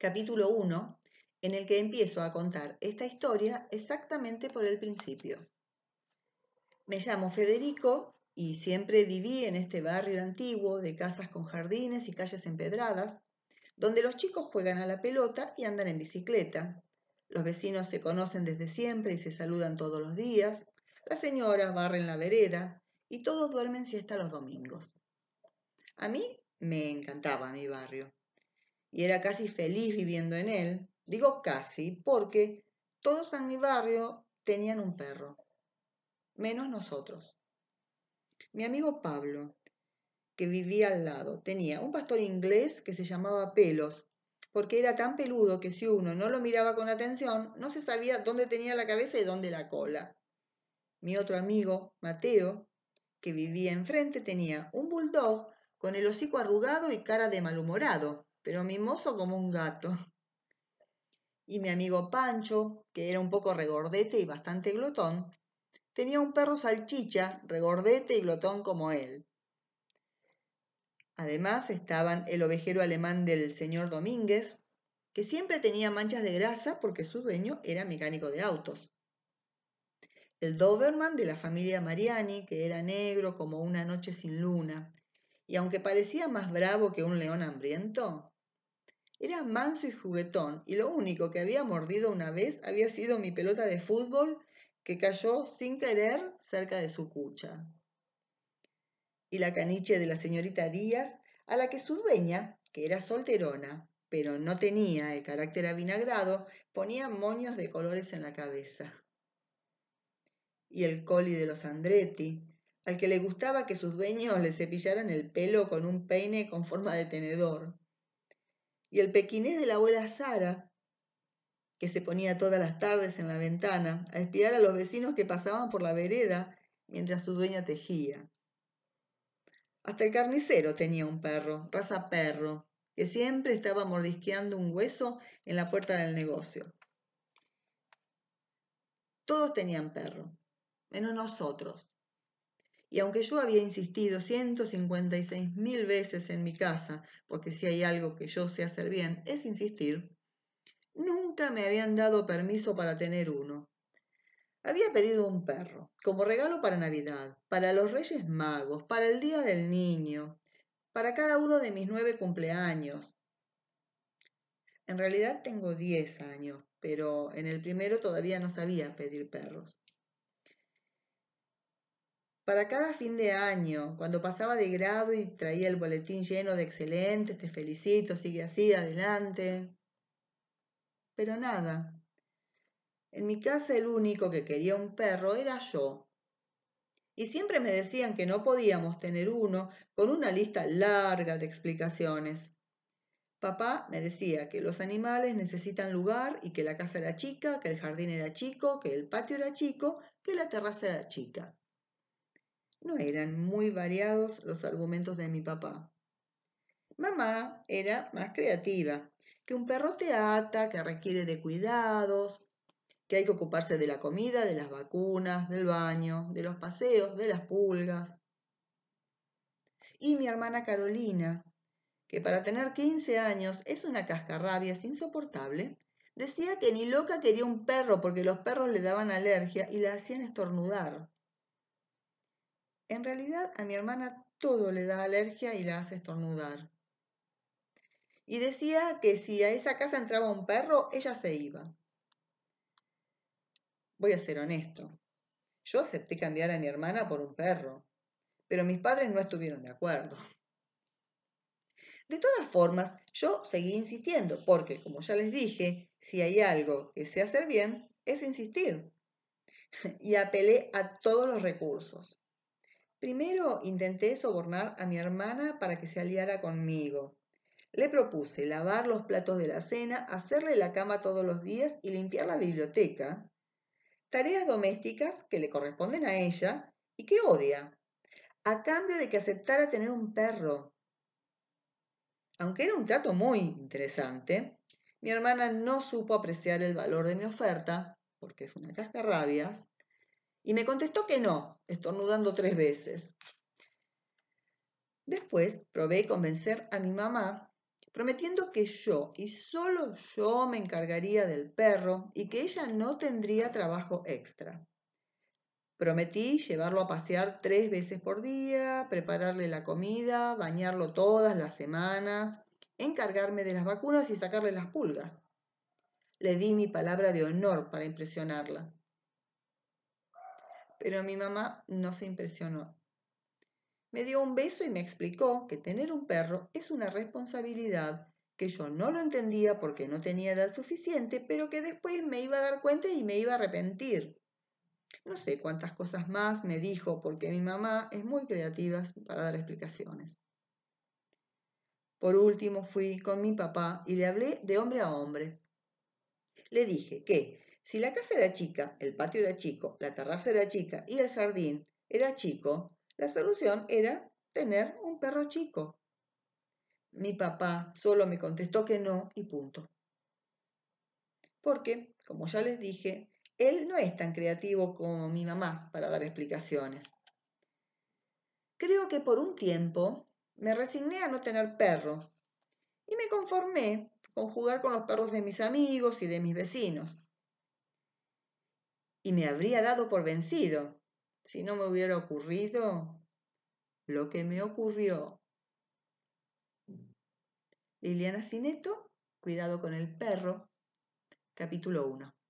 capítulo 1, en el que empiezo a contar esta historia exactamente por el principio. Me llamo Federico y siempre viví en este barrio antiguo de casas con jardines y calles empedradas, donde los chicos juegan a la pelota y andan en bicicleta. Los vecinos se conocen desde siempre y se saludan todos los días. Las señoras barren la vereda y todos duermen siesta los domingos. A mí me encantaba mi barrio y era casi feliz viviendo en él. Digo casi porque todos en mi barrio tenían un perro, menos nosotros. Mi amigo Pablo, que vivía al lado, tenía un pastor inglés que se llamaba Pelos, porque era tan peludo que si uno no lo miraba con atención, no se sabía dónde tenía la cabeza y dónde la cola. Mi otro amigo, Mateo, que vivía enfrente, tenía un bulldog con el hocico arrugado y cara de malhumorado, pero mimoso como un gato. Y mi amigo Pancho, que era un poco regordete y bastante glotón, tenía un perro salchicha, regordete y glotón como él. Además estaban el ovejero alemán del señor Domínguez, que siempre tenía manchas de grasa porque su dueño era mecánico de autos. El Doberman de la familia Mariani, que era negro como una noche sin luna, y aunque parecía más bravo que un león hambriento, era manso y juguetón, y lo único que había mordido una vez había sido mi pelota de fútbol que cayó sin querer cerca de su cucha. Y la caniche de la señorita Díaz, a la que su dueña, que era solterona, pero no tenía el carácter avinagrado, ponía moños de colores en la cabeza. Y el coli de los Andretti, al que le gustaba que sus dueños le cepillaran el pelo con un peine con forma de tenedor. Y el pequinés de la abuela Sara, que se ponía todas las tardes en la ventana a espiar a los vecinos que pasaban por la vereda mientras su dueña tejía. Hasta el carnicero tenía un perro, raza perro, que siempre estaba mordisqueando un hueso en la puerta del negocio. Todos tenían perro, menos nosotros. Y aunque yo había insistido 156.000 veces en mi casa, porque si hay algo que yo sé hacer bien es insistir, nunca me habían dado permiso para tener uno. Había pedido un perro, como regalo para Navidad, para los Reyes Magos, para el Día del Niño, para cada uno de mis 9 cumpleaños. En realidad tengo 10 años, pero en el primero todavía no sabía pedir perros. Para cada fin de año, cuando pasaba de grado y traía el boletín lleno de excelentes, te felicito, sigue así, adelante. Pero nada. En mi casa el único que quería un perro era yo. Y siempre me decían que no podíamos tener uno, con una lista larga de explicaciones. Papá me decía que los animales necesitan lugar y que la casa era chica, que el jardín era chico, que el patio era chico, que la terraza era chica. No eran muy variados los argumentos de mi papá. Mamá era más creativa, que un perro te ata, que requiere de cuidados, que hay que ocuparse de la comida, de las vacunas, del baño, de los paseos, de las pulgas. Y mi hermana Carolina, que para tener 15 años es una cascarrabias insoportable, decía que ni loca quería un perro porque los perros le daban alergia y la hacían estornudar. En realidad a mi hermana todo le da alergia y la hace estornudar. Y decía que si a esa casa entraba un perro, ella se iba. Voy a ser honesto. Yo acepté cambiar a mi hermana por un perro, pero mis padres no estuvieron de acuerdo. De todas formas, yo seguí insistiendo, porque, como ya les dije, si hay algo que sé hacer bien, es insistir. Y apelé a todos los recursos. Primero intenté sobornar a mi hermana para que se aliara conmigo. Le propuse lavar los platos de la cena, hacerle la cama todos los días y limpiar la biblioteca. Tareas domésticas que le corresponden a ella y que odia, a cambio de que aceptara tener un perro. Aunque era un trato muy interesante, mi hermana no supo apreciar el valor de mi oferta, porque es una cascarrabias, y me contestó que no, estornudando 3 veces. Después probé convencer a mi mamá prometiendo que yo y solo yo me encargaría del perro y que ella no tendría trabajo extra. Prometí llevarlo a pasear 3 veces por día, prepararle la comida, bañarlo todas las semanas, encargarme de las vacunas y sacarle las pulgas. Le di mi palabra de honor para impresionarla. Pero mi mamá no se impresionó. Me dio un beso y me explicó que tener un perro es una responsabilidad, que yo no lo entendía porque no tenía edad suficiente, pero que después me iba a dar cuenta y me iba a arrepentir. No sé cuántas cosas más me dijo porque mi mamá es muy creativa para dar explicaciones. Por último fui con mi papá y le hablé de hombre a hombre. Le dije que si la casa era chica, el patio era chico, la terraza era chica y el jardín era chico, la solución era tener un perro chico. Mi papá solo me contestó que no y punto. Porque, como ya les dije, él no es tan creativo como mi mamá para dar explicaciones. Creo que por un tiempo me resigné a no tener perro y me conformé con jugar con los perros de mis amigos y de mis vecinos. Y me habría dado por vencido si no me hubiera ocurrido lo que me ocurrió. Liliana Cineto, Cuidado con el perro, capítulo 1.